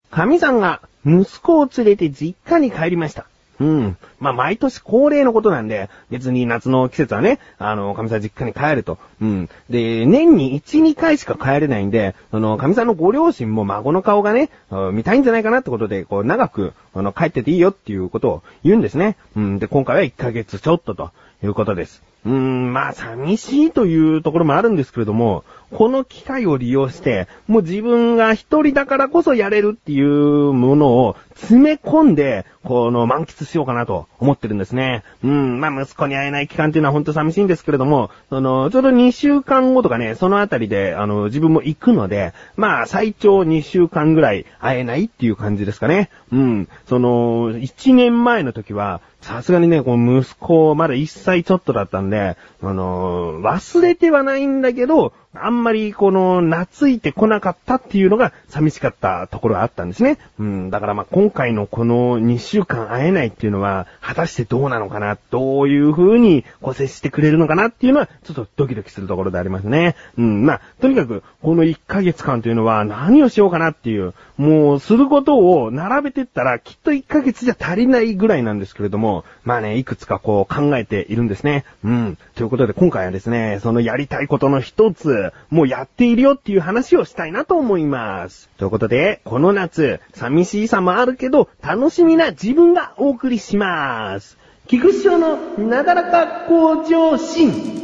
神さんが息子を連れて実家に帰りました。毎年恒例のことなんで、別に夏の季節はね、神さん実家に帰ると。で、年に1、2回しか帰れないんで、神さんのご両親も孫の顔がね、見たいんじゃないかなってことで、こう、長く、帰ってていいよっていうことを言うんですね。で、今回は1ヶ月ちょっということです。寂しいというところもあるんですけれども、この機会を利用して、もう自分が一人だからこそやれるっていうものを詰め込んで、満喫しようかなと思ってるんですね。息子に会えない期間っていうのは本当寂しいんですけれども、ちょうど2週間後とかね、そのあたりで、自分も行くので、最長2週間ぐらい会えないっていう感じですかね。1年前の時は、さすがにね、息子まだ1歳ちょっとだったんで、忘れてはないんだけど、あんまり懐いてこなかったっていうのが寂しかったところがあったんですね。だから今回のこの2週間会えないっていうのは、果たしてどうなのかな、どういう風に接してくれるのかなっていうのは、ちょっとドキドキするところでありますね。とにかく、この1ヶ月間というのは何をしようかなっていう、もうすることを並べてったら、きっと1ヶ月じゃ足りないぐらいなんですけれども、いくつか考えているんですね。ということで今回はですね、そのやりたいことの一つ、もうやっているよっていう話をしたいなと思います。ということで、この夏、寂しさもあるけど、楽しみな自分がお送りします。菊師匠のなだらか向上心。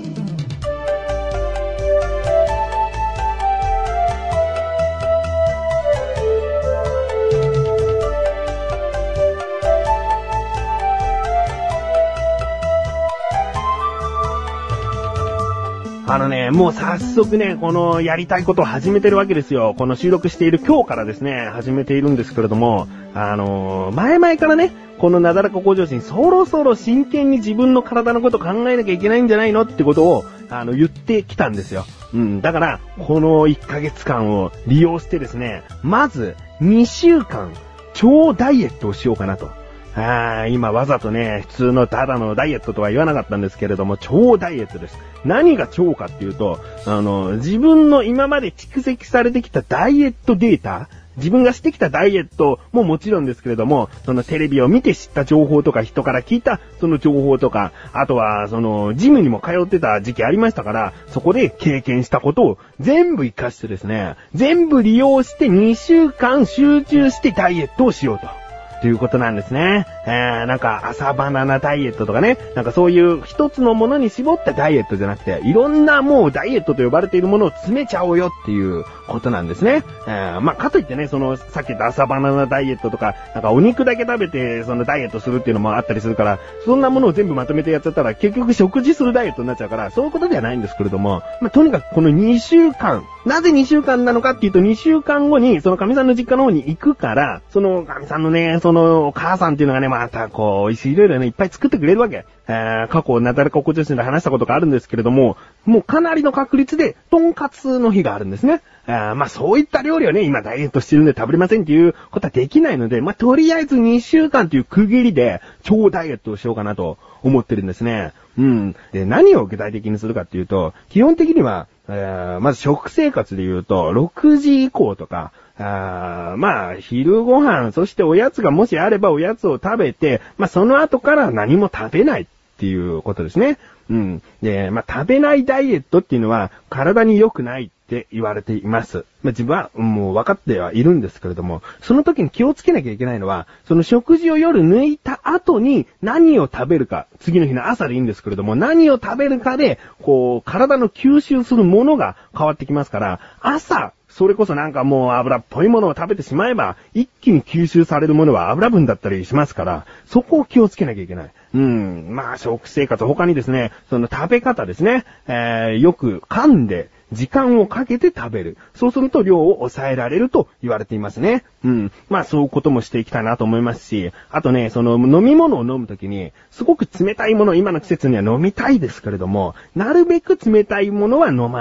もう早速ね、このやりたいことを始めてるわけですよ。この収録している今日からですね、始めているんですけれども、前々からね、このなだらか向上心、そろそろ真剣に自分の体のこと考えなきゃいけないんじゃないのってことを、言ってきたんですよ。だから、この1ヶ月間を利用してですね、まず、2週間、超ダイエットをしようかなと。今わざとね、普通のただのダイエットとは言わなかったんですけれども、超ダイエットです。何が超かっていうと、自分の今まで蓄積されてきたダイエットデータ、自分がしてきたダイエットももちろんですけれども、そのテレビを見て知った情報とか人から聞いたその情報とか、あとはジムにも通ってた時期ありましたから、そこで経験したことを全部活かしてですね、全部利用して2週間集中してダイエットをしようということなんですね。朝バナナダイエットとかね、そういう一つのものに絞ったダイエットじゃなくて、いろんなもうダイエットと呼ばれているものを詰めちゃおうよっていうことなんですね。かといってね、さっき言った朝バナナダイエットとか、お肉だけ食べて、ダイエットするっていうのもあったりするから、そんなものを全部まとめてやっちゃったら、結局食事するダイエットになっちゃうから、そういうことではないんですけれども、とにかくこの2週間、なぜ2週間なのかっていうと、2週間後に、神さんの実家の方に行くから、神さんのね、お母さんっていうのがね、また美味しい料理をね、いっぱい作ってくれるわけ。過去、なだらか向上心で話したことがあるんですけれども、もうかなりの確率で、とんかつの日があるんですね。そういった料理をね、今ダイエットしてるんで食べれませんっていうことはできないので、とりあえず2週間という区切りで、超ダイエットをしようかなと思ってるんですね。で、何を具体的にするかっていうと、基本的には、まず食生活で言うと、6時以降とか、昼ご飯、そしておやつがもしあればおやつを食べて、その後から何も食べないっていうことですね。で、食べないダイエットっていうのは体に良くないって言われています。自分はもう分かってはいるんですけれども、その時に気をつけなきゃいけないのは、その食事を夜抜いた後に何を食べるか、次の日の朝でいいんですけれども、何を食べるかで、体の吸収するものが変わってきますから、朝、それこそもう油っぽいものを食べてしまえば、一気に吸収されるものは油分だったりしますから、そこを気をつけなきゃいけない。食生活、他にですね、食べ方ですね、よく噛んで、時間をかけて食べる。そうすると量を抑えられると言われていますね。そういうこともしていきたいなと思いますし、あとね、飲み物を飲むときに、すごく冷たいもの、今の季節には飲みたいですけれども、なるべく冷たいものは飲まない。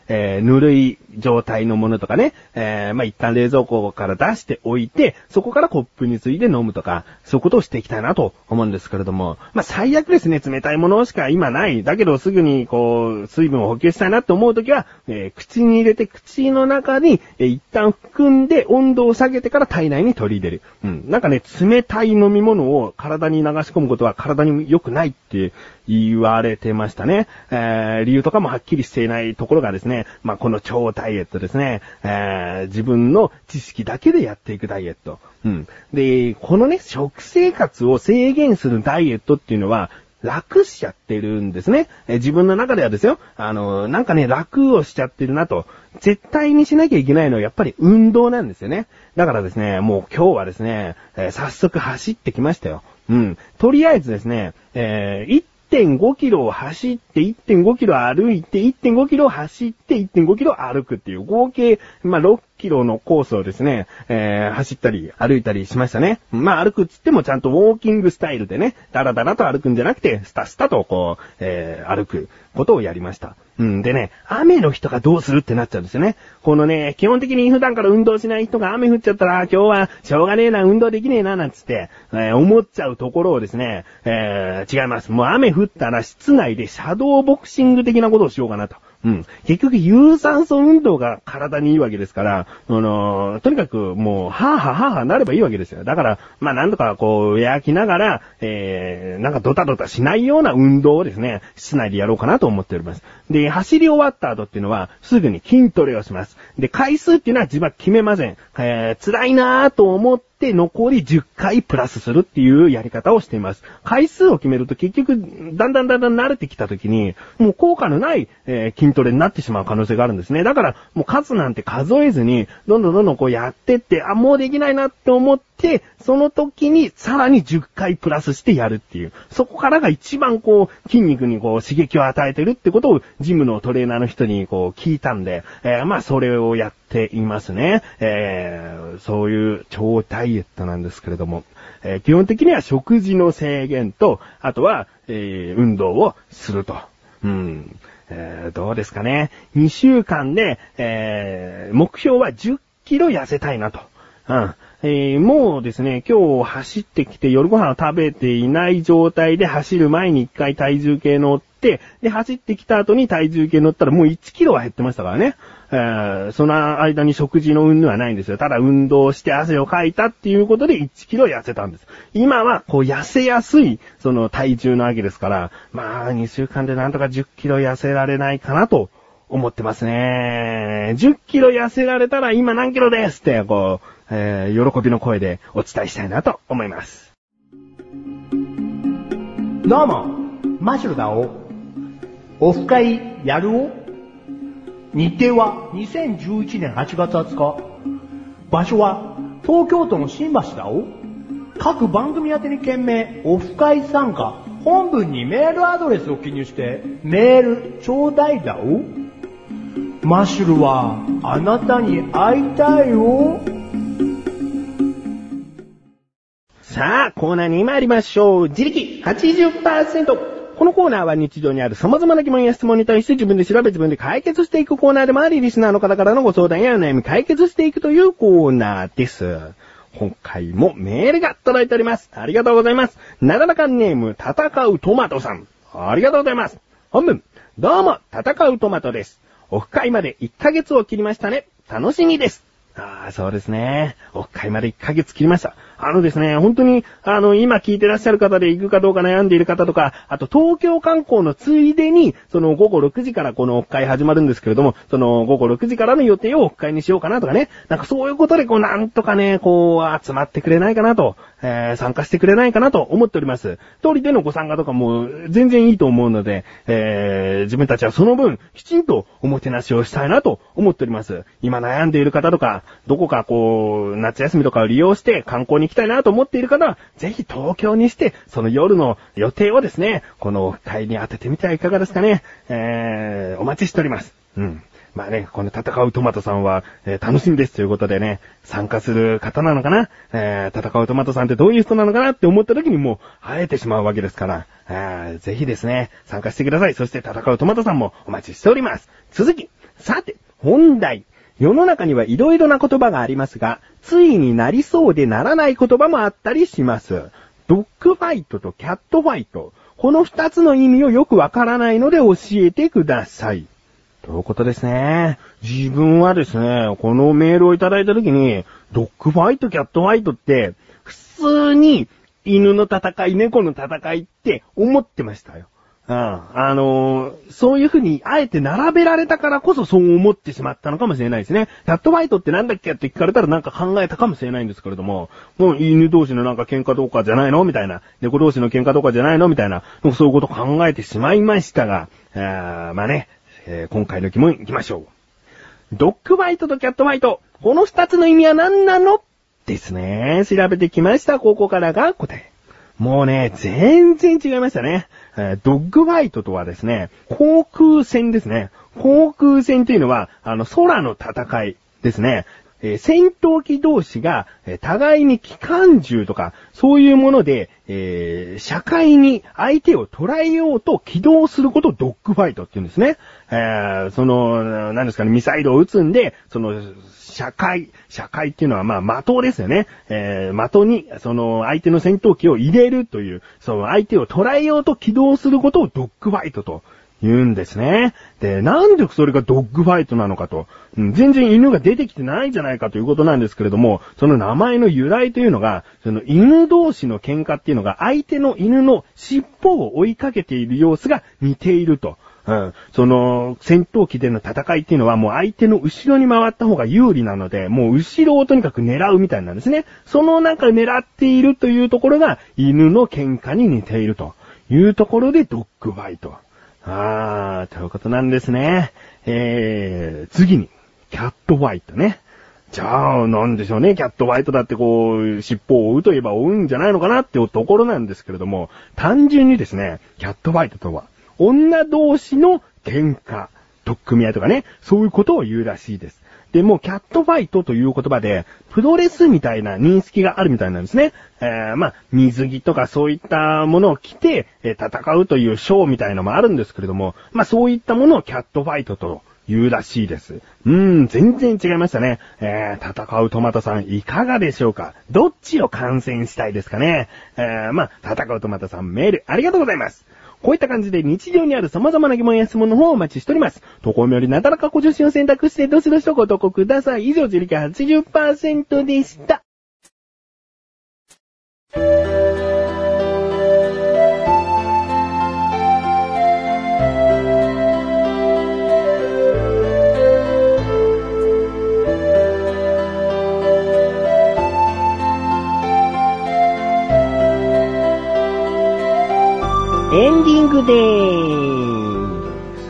ぬるい状態のものとかね、一旦冷蔵庫から出しておいて、そこからコップについて飲むとか、そういうことをしていきたいなと思うんですけれども、最悪ですね、冷たいものしか今ない。だけどすぐに水分を補給したいなと思うときは、口に入れて口の中に、一旦含んで温度を下げてから体内に取り入れる。冷たい飲み物を体に流し込むことは体に良くないって言われてましたね。理由とかもはっきりしていないところがですね、この超ダイエットですね、自分の知識だけでやっていくダイエット。で、このね、食生活を制限するダイエットっていうのは、楽しちゃってるんですね。自分の中ではですよ。楽をしちゃってるなと。絶対にしなきゃいけないのはやっぱり運動なんですよね。だからですね、もう今日はですね、早速走ってきましたよ。とりあえずですね、1.5 キロを走って、1.5 キロ歩いて、1.5 キロ走って、1.5 キロ歩くっていう合計、6キロのコースをですね、走ったり歩いたりしましたね。歩くっつってもちゃんとウォーキングスタイルでね、だらだらと歩くんじゃなくて、スタスタと歩くことをやりました。でね、雨の日とかどうするってなっちゃうんですよね。このね、基本的に普段から運動しない人が雨降っちゃったら、今日はしょうがねえな、運動できねえな、なんつって、思っちゃうところをですね、違います。もう雨降ったら室内でシャドーボクシング的なことをしようかなと。結局有酸素運動が体にいいわけですから、とにかくもう、はぁはなればいいわけですよ。だから、なんとか焼きながら、ドタドタしないような運動をですね、室内でやろうかなと思っております。で、走り終わった後っていうのは、すぐに筋トレをします。で、回数っていうのは自分は決めません。辛いなぁと思って残り10回プラスするっていうやり方をしています。回数を決めると結局、だんだん慣れてきた時に、もう効果のない、筋トレになってしまう可能性があるんですね。だから、もう数なんて数えずに、どんどんやってって、もうできないなって思って、その時にさらに10回プラスしてやるっていう。そこからが一番筋肉に刺激を与えてるってことをジムのトレーナーの人に聞いたんで、それをやっていますね。そういう超ダイエットなんですけれども、基本的には食事の制限と、あとは、運動をすると。どうですかね。2週間で、目標は10キロ痩せたいなと。もうですね、今日走ってきて夜ご飯を食べていない状態で走る前に1回体重計乗って、で、走ってきた後に体重計乗ったらもう1キロは減ってましたからね。その間に食事の云々はないんですよ。ただ運動して汗をかいたっていうことで1キロ痩せたんです。今は痩せやすいその体重なわけですから、2週間でなんとか10キロ痩せられないかなと思ってますね。10キロ痩せられたら今何キロですって喜びの声でお伝えしたいなと思います。 どうも、マシュルだお。オフ会やるお？日程は2011年8月20日。場所は東京都の新橋だお。各番組宛てに件名、オフ会参加。本文にメールアドレスを記入してメールちょうだいだお。マッシュルはあなたに会いたいよ。 さあ、コーナーに参りましょう。自力 80%。このコーナーは日常にある様々な疑問や質問に対して自分で調べ自分で解決していくコーナーでもあり、リスナーの方からのご相談やお悩み解決していくというコーナーです。今回もメールが届いております。ありがとうございます。なだらかネーム、戦うトマトさん。ありがとうございます。本文、どうも、戦うトマトです。オフ会まで1ヶ月を切りましたね。楽しみです。そうですね。オフ会まで1ヶ月切りました。ですね、本当に、今聞いてらっしゃる方で行くかどうか悩んでいる方とか、あと東京観光のついでに、その午後6時からこのオフ会始まるんですけれども、その午後6時からの予定をオフ会にしようかなとかね、そういうことでなんとかね、集まってくれないかなと、参加してくれないかなと思っております。一人でのご参加とかも全然いいと思うので、自分たちはその分、きちんとおもてなしをしたいなと思っております。今悩んでいる方とか、どこか夏休みとかを利用して観光に行きたいなと思っている方は、ぜひ東京にして、その夜の予定をですね、このオフ会に当ててみてはいかがですかね。お待ちしております。この戦うトマトさんは、楽しみですということでね、参加する方なのかな、戦うトマトさんってどういう人なのかなって思った時にもう、会えてしまうわけですから、ぜひですね、参加してください。そして戦うトマトさんもお待ちしております。続き、 さて、本題。世の中には色々な言葉がありますが、ついになりそうでならない言葉もあったりします。ドッグファイトとキャットファイト。この二つの意味をよくわからないので教えてください。ということですね。自分はですね、このメールをいただいたときに、ドッグファイト、キャットファイトって、普通に犬の戦い、猫の戦いって思ってましたよ。そういう風にあえて並べられたからこそそう思ってしまったのかもしれないですね。キャットファイトってなんだっけって聞かれたらなんか考えたかもしれないんですけれども、もう犬同士のなんか喧嘩とかじゃないのみたいな。猫同士の喧嘩とかじゃないのみたいな。そういうこと考えてしまいましたが、今回の疑問いきましょう。ドッグファイトとキャットファイト、この二つの意味は何なのですね。調べてきました。ここからが答え。もうね、全然違いましたね。ドッグファイトとはですね、航空戦ですね。航空戦というのは、空の戦いですね。戦闘機同士が、互いに機関銃とか、そういうもので、社会に相手を捉えようと起動することをドッグファイトって言うんですね。何ですかね、ミサイルを撃つんで、社会っていうのは的ですよね。的に、相手の戦闘機を入れるという、相手を捉えようと起動することをドッグファイトと言うんですね。で、なんでそれがドッグファイトなのかと、全然犬が出てきてないんじゃないかということなんですけれども、その名前の由来というのが、犬同士の喧嘩っていうのが相手の犬の尻尾を追いかけている様子が似ていると。戦闘機での戦いっていうのはもう相手の後ろに回った方が有利なので、もう後ろをとにかく狙うみたいなんですね。その中狙っているというところが犬の喧嘩に似ているというところでドッグファイト。ということなんですね。次に、キャットファイトね。じゃあ、なんでしょうね。キャットファイトだって尻尾を追うといえば追うんじゃないのかなっていうところなんですけれども、単純にですね、キャットファイトとは、女同士の喧嘩、取っ組み合いとかね、そういうことを言うらしいです。で、もうキャットファイトという言葉で、プロレスみたいな認識があるみたいなんですね。水着とかそういったものを着て、戦うというショーみたいのもあるんですけれども、そういったものをキャットファイトと言うらしいです。全然違いましたね。戦うトマトさんいかがでしょうか？どっちを観戦したいですかね？戦うトマトさんメールありがとうございます。こういった感じで日常にある様々な疑問や質問の方をお待ちしております。投稿よりなだらかご助身を選択してどしどしとご投稿ください。以上、自力 80% でした。エンディングでー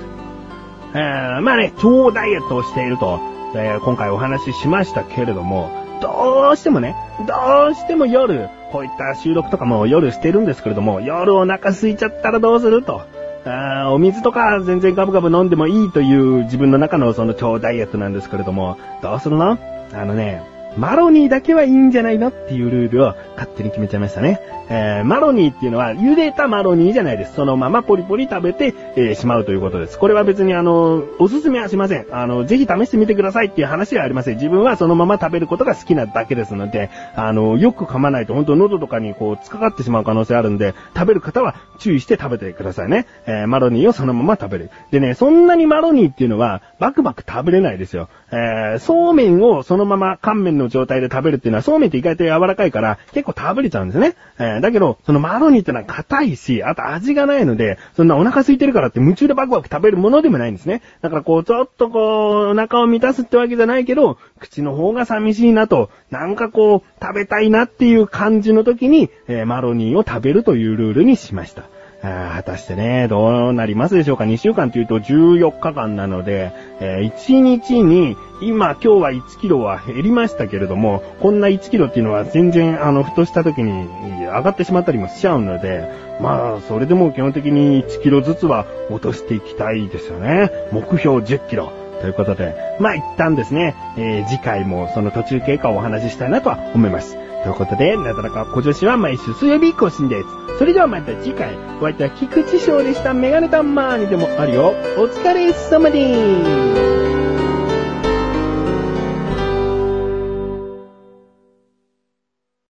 す。超ダイエットをしていると、今回お話ししましたけれども、どうしても夜、こういった収録とかも夜してるんですけれども、夜お腹空いちゃったらどうすると。お水とか全然ガブガブ飲んでもいいという自分の中の超ダイエットなんですけれども、どうするの？マロニーだけはいいんじゃないのっていうルールを勝手に決めちゃいましたね。マロニーっていうのは茹でたマロニーじゃないです。そのままポリポリ食べて、しまうということです。これは別におすすめはしません。ぜひ試してみてくださいっていう話はありません。自分はそのまま食べることが好きなだけですので、よく噛まないと本当喉とかに突っかかってしまう可能性あるんで、食べる方は注意して食べてくださいね。マロニーをそのまま食べる。でね、そんなにマロニーっていうのはバクバク食べれないですよ。そうめんをそのまま乾麺の状態で食べるっていうのは、そうめんって意外と柔らかいから結構食べれちゃうんですね。だけど、そのマロニーってのは硬いし、あと味がないので、そんなお腹空いてるからって夢中でバクバク食べるものでもないんですね。だからちょっとお腹を満たすってわけじゃないけど、口の方が寂しいなと、食べたいなっていう感じの時に、マロニーを食べるというルールにしました。果たしてね、どうなりますでしょうか。2週間というと14日間なので、1日に、今日は1キロは減りましたけれども、こんな1キロっていうのは全然ふとした時に上がってしまったりもしちゃうので、それでも基本的に1キロずつは落としていきたいですよね。目標10キロ。ということで、一旦ですね、次回もその途中経過をお話ししたいなとは思います。ということで、なだらか小女子は毎週水曜日更新です。それではまた次回、お相手は菊池翔でした。メガネタンマーニでもあるよ。お疲れ様でーす。